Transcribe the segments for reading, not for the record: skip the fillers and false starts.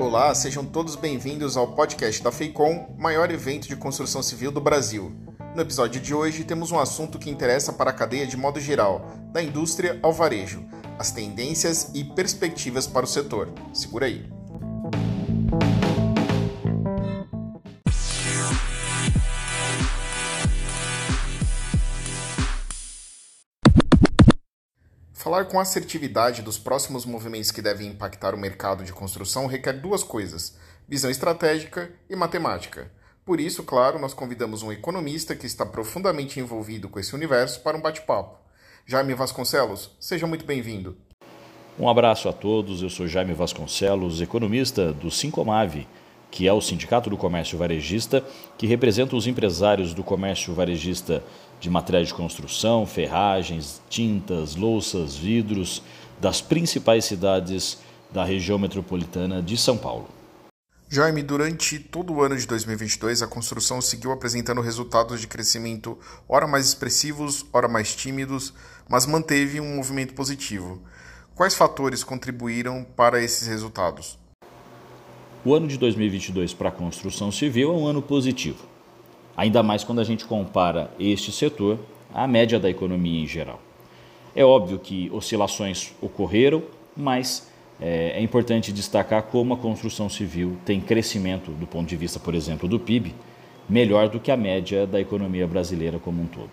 Olá, sejam todos bem-vindos ao podcast da FEICOM, maior evento de construção civil do Brasil. No episódio de hoje temos um assunto que interessa para a cadeia de modo geral, da indústria ao varejo, as tendências e perspectivas para o setor. Segura aí. Falar com assertividade dos próximos movimentos que devem impactar o mercado de construção requer duas coisas: visão estratégica e matemática. Por isso, claro, nós convidamos um economista que está profundamente envolvido com esse universo para um bate-papo. Jaime Vasconcelos, seja muito bem-vindo. Um abraço a todos, eu sou Jaime Vasconcelos, economista do Sincomave, que é o Sindicato do Comércio Varejista, que representa os empresários do comércio varejista de materiais de construção, ferragens, tintas, louças, vidros, das principais cidades da região metropolitana de São Paulo. Jaime, durante todo o ano de 2022, a construção seguiu apresentando resultados de crescimento ora mais expressivos, ora mais tímidos, mas manteve um movimento positivo. Quais fatores contribuíram para esses resultados? O ano de 2022 para a construção civil é um ano positivo, ainda mais quando a gente compara este setor à média da economia em geral. É óbvio que oscilações ocorreram, mas é importante destacar como a construção civil tem crescimento do ponto de vista, por exemplo, do PIB, melhor do que a média da economia brasileira como um todo.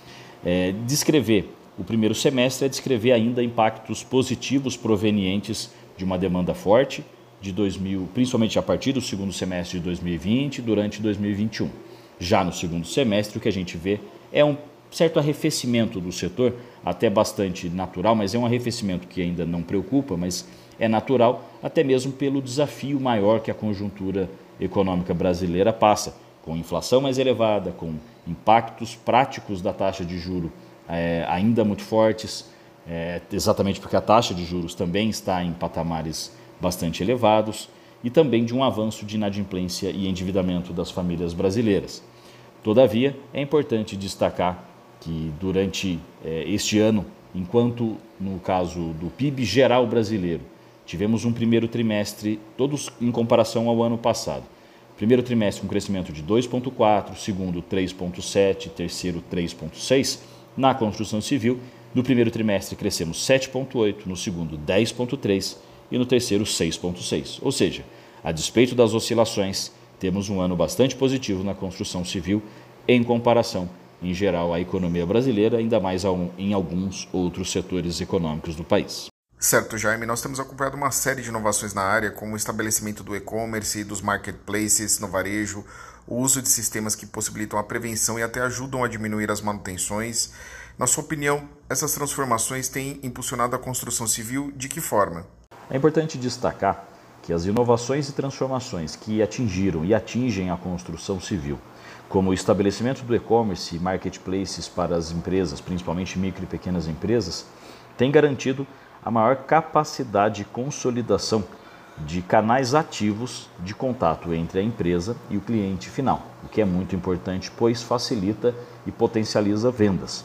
Descrever o primeiro semestre é descrever ainda impactos positivos provenientes de uma demanda forte, principalmente a partir do segundo semestre de 2020 e durante 2021. Já no segundo semestre, o que a gente vê é um certo arrefecimento do setor, até bastante natural, mas é um arrefecimento que ainda não preocupa, mas é natural, até mesmo pelo desafio maior que a conjuntura econômica brasileira passa, com inflação mais elevada, com impactos práticos da taxa de juros ainda muito fortes, exatamente porque a taxa de juros também está em patamares bastante elevados, e também de um avanço de inadimplência e endividamento das famílias brasileiras. Todavia, é importante destacar que durante este ano, enquanto no caso do PIB geral brasileiro, tivemos um primeiro trimestre, todos em comparação ao ano passado. Primeiro trimestre com crescimento de 2,4%, segundo 3,7%, terceiro 3,6%. Na construção civil, no primeiro trimestre crescemos 7,8%, no segundo 10,3% e no terceiro 6,6%. Ou seja, a despeito das oscilações, temos um ano bastante positivo na construção civil em comparação, em geral, à economia brasileira, ainda mais em alguns outros setores econômicos do país. Certo, Jaime, nós temos acompanhado uma série de inovações na área, como o estabelecimento do e-commerce e dos marketplaces no varejo, o uso de sistemas que possibilitam a prevenção e até ajudam a diminuir as manutenções. Na sua opinião, essas transformações têm impulsionado a construção civil de que forma? É importante destacar que as inovações e transformações que atingiram e atingem a construção civil, como o estabelecimento do e-commerce e marketplaces para as empresas, principalmente micro e pequenas empresas, têm garantido a maior capacidade de consolidação de canais ativos de contato entre a empresa e o cliente final, o que é muito importante, pois facilita e potencializa vendas.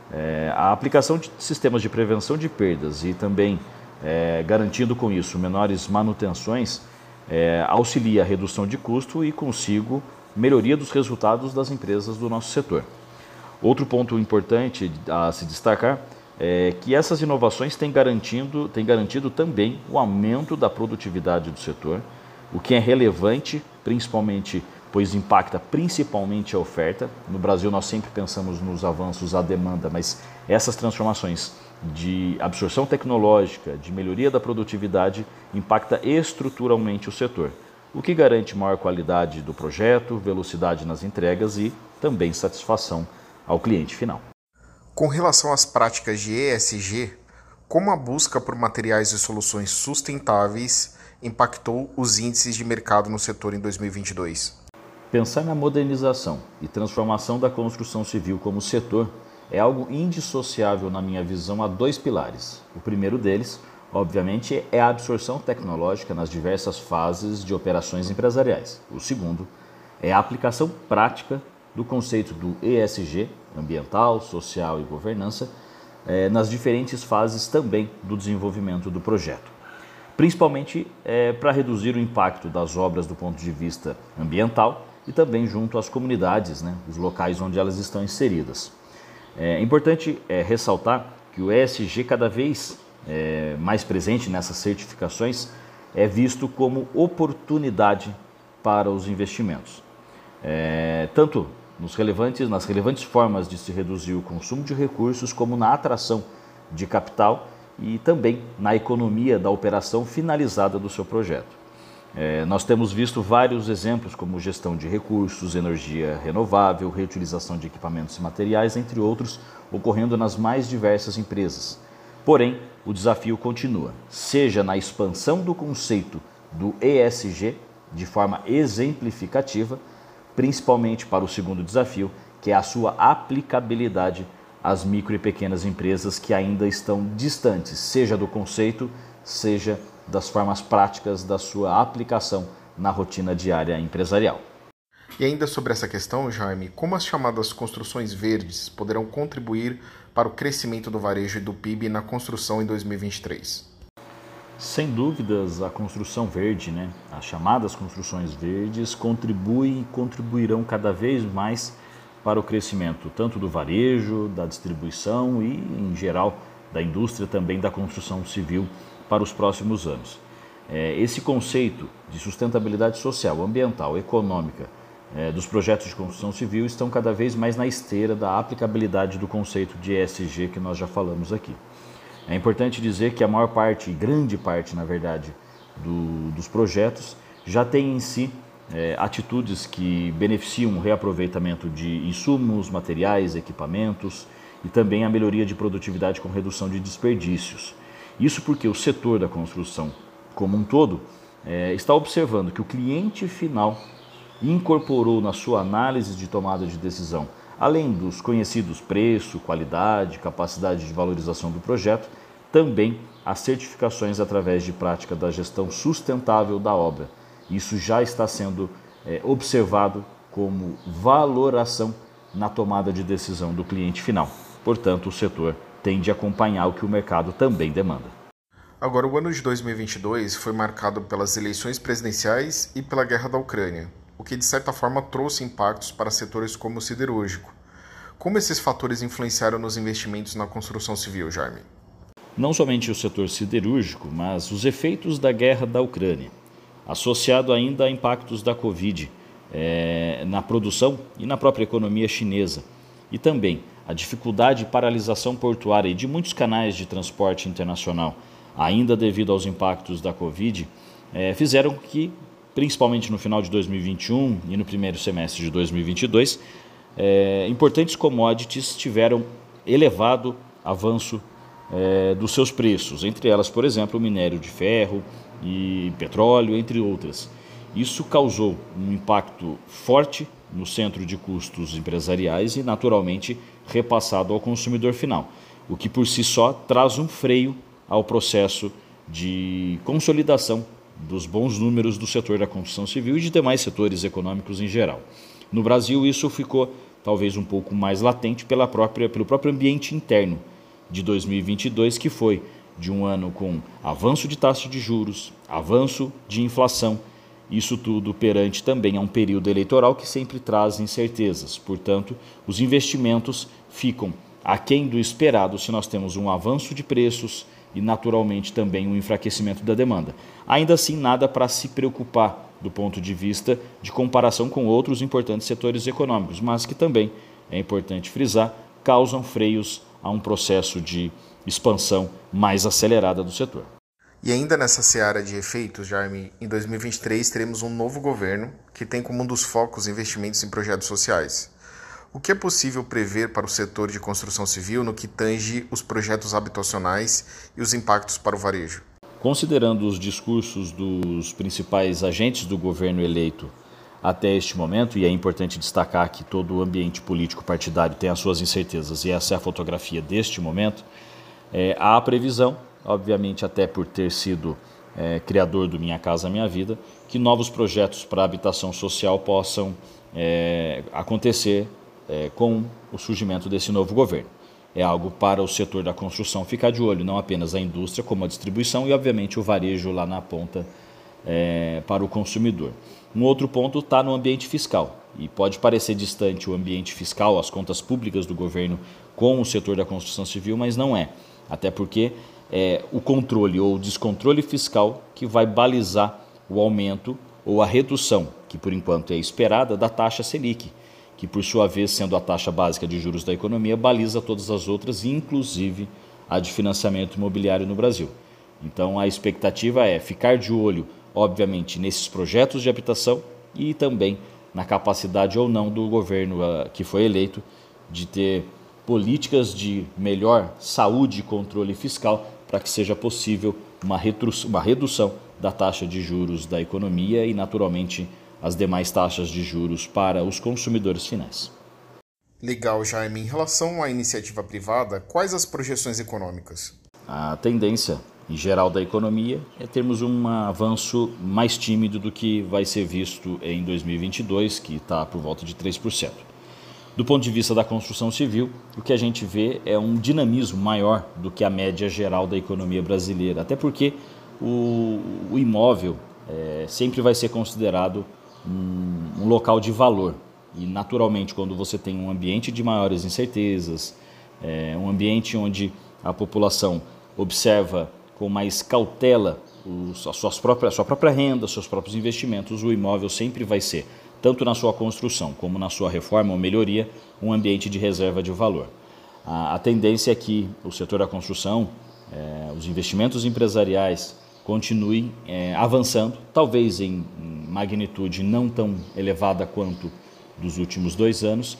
A aplicação de sistemas de prevenção de perdas e também garantindo com isso menores manutenções, auxilia a redução de custo e consigo melhoria dos resultados das empresas do nosso setor. Outro ponto importante a se destacar é que essas inovações têm garantido também o aumento da produtividade do setor, o que é relevante, principalmente pois impacta principalmente a oferta. No Brasil nós sempre pensamos nos avanços à demanda, mas essas transformações de absorção tecnológica, de melhoria da produtividade, impacta estruturalmente o setor, o que garante maior qualidade do projeto, velocidade nas entregas e também satisfação ao cliente final. Com relação às práticas de ESG, como a busca por materiais e soluções sustentáveis impactou os índices de mercado no setor em 2022? Pensar na modernização e transformação da construção civil como setor é algo indissociável, na minha visão, a dois pilares. O primeiro deles, obviamente, é a absorção tecnológica nas diversas fases de operações empresariais. O segundo é a aplicação prática do conceito do ESG, ambiental, social e governança, nas diferentes fases também do desenvolvimento do projeto. principalmente para reduzir o impacto das obras do ponto de vista ambiental e também junto às comunidades, né, os locais onde elas estão inseridas. É importante ressaltar que o ESG cada vez mais presente nessas certificações é visto como oportunidade para os investimentos. Tanto nas relevantes formas de se reduzir o consumo de recursos, como na atração de capital e também na economia da operação finalizada do seu projeto. Nós temos visto vários exemplos como gestão de recursos, energia renovável, reutilização de equipamentos e materiais, entre outros, ocorrendo nas mais diversas empresas. Porém, o desafio continua, seja na expansão do conceito do ESG de forma exemplificativa, principalmente para o segundo desafio, que é a sua aplicabilidade às micro e pequenas empresas que ainda estão distantes, seja do conceito, seja das formas práticas da sua aplicação na rotina diária empresarial. E ainda sobre essa questão, Jaime, como as chamadas construções verdes poderão contribuir para o crescimento do varejo e do PIB na construção em 2023? Sem dúvidas, a construção verde, as chamadas construções verdes, contribuem e contribuirão cada vez mais para o crescimento tanto do varejo, da distribuição e, em geral, da indústria, também da construção civil para os próximos anos. Esse conceito de sustentabilidade social, ambiental, econômica dos projetos de construção civil estão cada vez mais na esteira da aplicabilidade do conceito de ESG que nós já falamos aqui. É importante dizer que a maior parte, grande parte, na verdade, dos projetos já tem em si atitudes que beneficiam o reaproveitamento de insumos, materiais, equipamentos e também a melhoria de produtividade com redução de desperdícios. Isso porque o setor da construção como um todo está observando que o cliente final incorporou na sua análise de tomada de decisão, além dos conhecidos preço, qualidade, capacidade de valorização do projeto, também as certificações através de prática da gestão sustentável da obra. Isso já está sendo observado como valoração na tomada de decisão do cliente final. Portanto, o setor tende a acompanhar o que o mercado também demanda. Agora, o ano de 2022 foi marcado pelas eleições presidenciais e pela guerra da Ucrânia, o que de certa forma trouxe impactos para setores como o siderúrgico. Como esses fatores influenciaram nos investimentos na construção civil, Jaime? Não somente o setor siderúrgico, mas os efeitos da guerra da Ucrânia, associado ainda a impactos da Covid na produção e na própria economia chinesa, e também a dificuldade e paralisação portuária de muitos canais de transporte internacional, ainda devido aos impactos da Covid, fizeram que, principalmente no final de 2021 e no primeiro semestre de 2022, importantes commodities tiveram elevado avanço dos seus preços, entre elas, por exemplo, o minério de ferro e petróleo, entre outras. Isso causou um impacto forte no centro de custos empresariais e, naturalmente, repassado ao consumidor final, o que por si só traz um freio ao processo de consolidação dos bons números do setor da construção civil e de demais setores econômicos em geral. No Brasil, isso ficou talvez um pouco mais latente pelo próprio ambiente interno de 2022, que foi de um ano com avanço de taxa de juros, avanço de inflação, isso tudo perante também a um período eleitoral que sempre traz incertezas. Portanto, os investimentos ficam aquém do esperado se nós temos um avanço de preços e, naturalmente, também um enfraquecimento da demanda. Ainda assim, nada para se preocupar do ponto de vista de comparação com outros importantes setores econômicos, mas que também, é importante frisar, causam freios a um processo de expansão mais acelerada do setor. E ainda nessa seara de efeitos, Jaime, em 2023 teremos um novo governo que tem como um dos focos investimentos em projetos sociais. O que é possível prever para o setor de construção civil no que tange os projetos habitacionais e os impactos para o varejo? Considerando os discursos dos principais agentes do governo eleito até este momento, e é importante destacar que todo o ambiente político partidário tem as suas incertezas e essa é a fotografia deste momento, há a previsão, obviamente até por ter sido criador do Minha Casa Minha Vida, que novos projetos para habitação social possam acontecer com o surgimento desse novo governo. é algo para o setor da construção ficar de olho, não apenas a indústria, como a distribuição e, obviamente, o varejo lá na ponta para o consumidor. Um outro ponto está no ambiente fiscal, e pode parecer distante o ambiente fiscal, as contas públicas do governo com o setor da construção civil, mas não é, até porque é o controle ou descontrole fiscal que vai balizar o aumento ou a redução, que por enquanto é esperada, da taxa Selic, que por sua vez, sendo a taxa básica de juros da economia, baliza todas as outras, inclusive a de financiamento imobiliário no Brasil. Então a expectativa é ficar de olho, obviamente, nesses projetos de habitação e também na capacidade ou não do governo que foi eleito de ter políticas de melhor saúde e controle fiscal para que seja possível uma redução da taxa de juros da economia e, naturalmente, as demais taxas de juros para os consumidores finais. Legal, Jaime. Em relação à iniciativa privada, quais as projeções econômicas? A tendência, em geral, da economia é termos um avanço mais tímido do que vai ser visto em 2022, que está por volta de 3%. Do ponto de vista da construção civil, o que a gente vê é um dinamismo maior do que a média geral da economia brasileira, até porque o imóvel sempre vai ser considerado um local de valor. E, naturalmente, quando você tem um ambiente de maiores incertezas, um ambiente onde a população observa com mais cautela a sua própria renda, seus próprios investimentos, o imóvel sempre vai ser, tanto na sua construção como na sua reforma ou melhoria, um ambiente de reserva de valor. A tendência é que o setor da construção, os investimentos empresariais continuem avançando, talvez em magnitude não tão elevada quanto dos últimos 2 anos,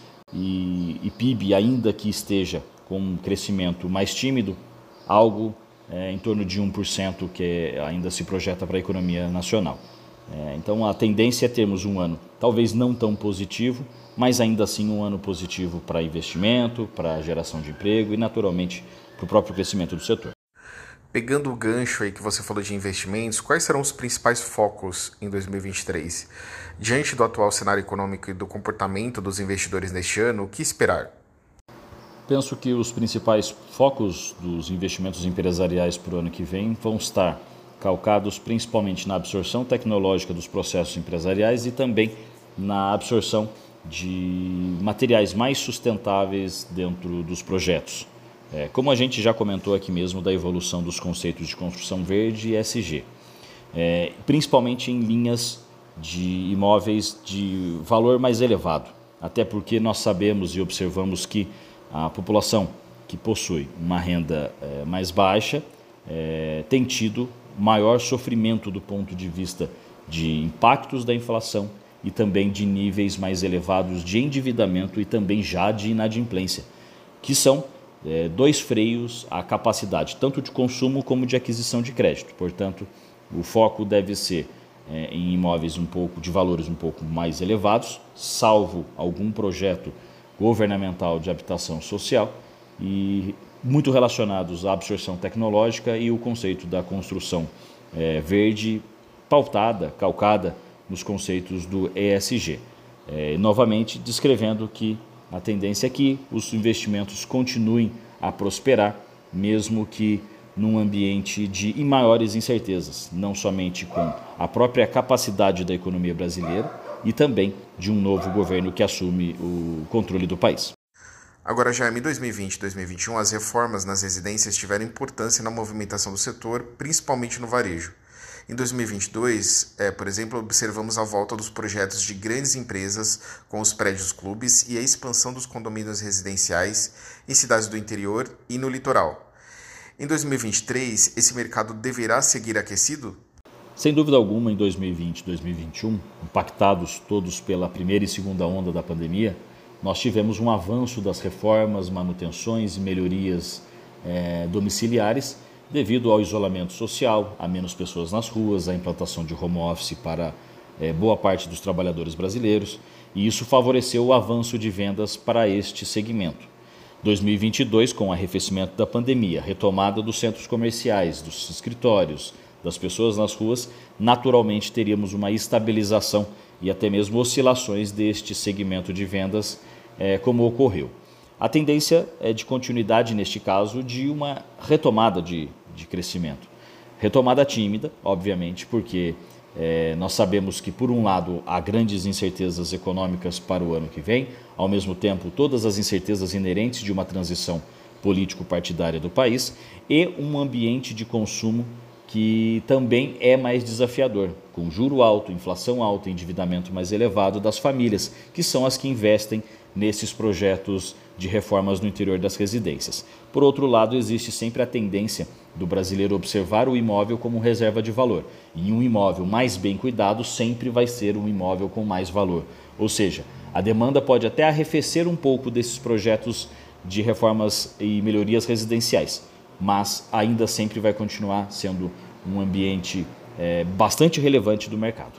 e PIB, ainda que esteja com um crescimento mais tímido, algo em torno de 1% que ainda se projeta para a economia nacional. Então a tendência é termos um ano talvez não tão positivo, mas ainda assim um ano positivo para investimento, para a geração de emprego e naturalmente para o próprio crescimento do setor. Pegando o gancho aí que você falou de investimentos, quais serão os principais focos em 2023? Diante do atual cenário econômico e do comportamento dos investidores neste ano, o que esperar? Penso que os principais focos dos investimentos empresariais para o ano que vem vão estar calcados principalmente na absorção tecnológica dos processos empresariais e também na absorção de materiais mais sustentáveis dentro dos projetos. Como a gente já comentou aqui mesmo da evolução dos conceitos de construção verde e ESG, principalmente em linhas de imóveis de valor mais elevado, até porque nós sabemos e observamos que a população que possui uma renda mais baixa tem tido maior sofrimento do ponto de vista de impactos da inflação e também de níveis mais elevados de endividamento e também já de inadimplência, que são 2 freios à capacidade tanto de consumo como de aquisição de crédito. Portanto, o foco deve ser em imóveis de valores um pouco mais elevados, salvo algum projeto governamental de habitação social e muito relacionados à absorção tecnológica e o conceito da construção verde calcada nos conceitos do ESG. Novamente, descrevendo que a tendência é que os investimentos continuem a prosperar, mesmo que num ambiente de maiores incertezas, não somente com a própria capacidade da economia brasileira e também de um novo governo que assume o controle do país. Agora, Jaime, em 2020 e 2021, as reformas nas residências tiveram importância na movimentação do setor, principalmente no varejo. Em 2022, por exemplo, observamos a volta dos projetos de grandes empresas com os prédios clubes e a expansão dos condomínios residenciais em cidades do interior e no litoral. Em 2023, esse mercado deverá seguir aquecido? Sem dúvida alguma, em 2020 e 2021, impactados todos pela primeira e segunda onda da pandemia, nós tivemos um avanço das reformas, manutenções e melhorias domiciliares devido ao isolamento social, a menos pessoas nas ruas, a implantação de home office para boa parte dos trabalhadores brasileiros, e isso favoreceu o avanço de vendas para este segmento. 2022, com o arrefecimento da pandemia, retomada dos centros comerciais, dos escritórios, das pessoas nas ruas, naturalmente teríamos uma estabilização e até mesmo oscilações deste segmento de vendas, como ocorreu. A tendência é de continuidade, neste caso, de uma retomada de crescimento. Retomada tímida, obviamente, porque nós sabemos que, por um lado, há grandes incertezas econômicas para o ano que vem, ao mesmo tempo, todas as incertezas inerentes de uma transição político-partidária do país e um ambiente de consumo que também é mais desafiador, com juro alto, inflação alta, endividamento mais elevado das famílias, que são as que investem nesses projetos de reformas no interior das residências. Por outro lado, existe sempre a tendência do brasileiro observar o imóvel como reserva de valor. E um imóvel mais bem cuidado sempre vai ser um imóvel com mais valor. Ou seja, a demanda pode até arrefecer um pouco desses projetos de reformas e melhorias residenciais, mas ainda sempre vai continuar sendo um ambiente bastante relevante do mercado.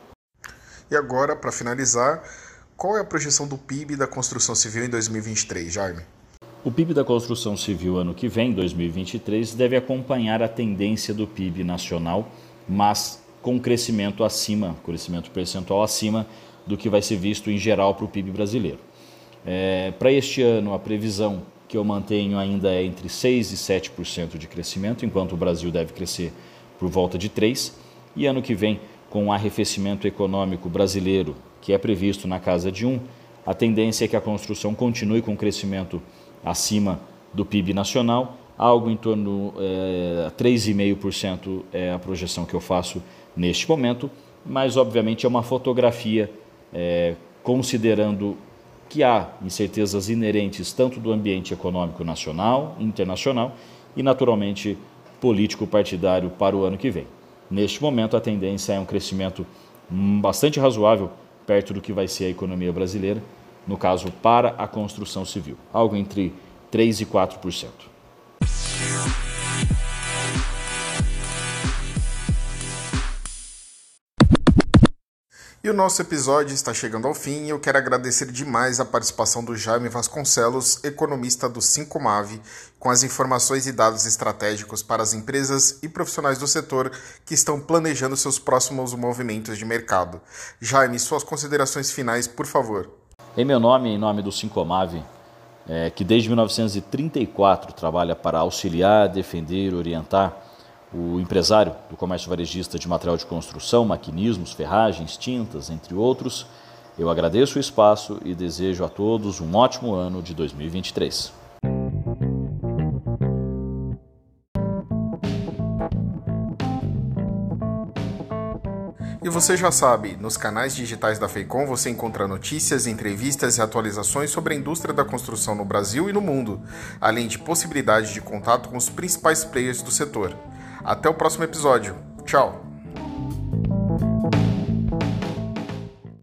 E agora, para finalizar, qual é a projeção do PIB da construção civil em 2023, Jaime? O PIB da construção civil ano que vem, 2023, deve acompanhar a tendência do PIB nacional, mas com crescimento percentual acima do que vai ser visto em geral para o PIB brasileiro. Para este ano, a previsão que eu mantenho ainda é entre 6% e 7% de crescimento, enquanto o Brasil deve crescer por volta de 3%. E ano que vem, com o arrefecimento econômico brasileiro, que é previsto na casa de 1%, a tendência é que a construção continue com crescimento acima do PIB nacional, algo em torno de 3,5% é a projeção que eu faço neste momento, mas obviamente é uma fotografia considerando que há incertezas inerentes tanto do ambiente econômico nacional, internacional e naturalmente político-partidário para o ano que vem. Neste momento a tendência é um crescimento bastante razoável perto do que vai ser a economia brasileira, no caso para a construção civil, algo entre 3% e 4%. E o nosso episódio está chegando ao fim e eu quero agradecer demais a participação do Jaime Vasconcelos, economista do Sincomave, com as informações e dados estratégicos para as empresas e profissionais do setor que estão planejando seus próximos movimentos de mercado. Jaime, suas considerações finais, por favor. Em meu nome e em nome do Sincomave, que desde 1934 trabalha para auxiliar, defender, orientar o empresário do comércio varejista de material de construção, maquinismos, ferragens, tintas, entre outros, eu agradeço o espaço e desejo a todos um ótimo ano de 2023. E você já sabe, nos canais digitais da FEICOM você encontra notícias, entrevistas e atualizações sobre a indústria da construção no Brasil e no mundo, além de possibilidades de contato com os principais players do setor. Até o próximo episódio. Tchau!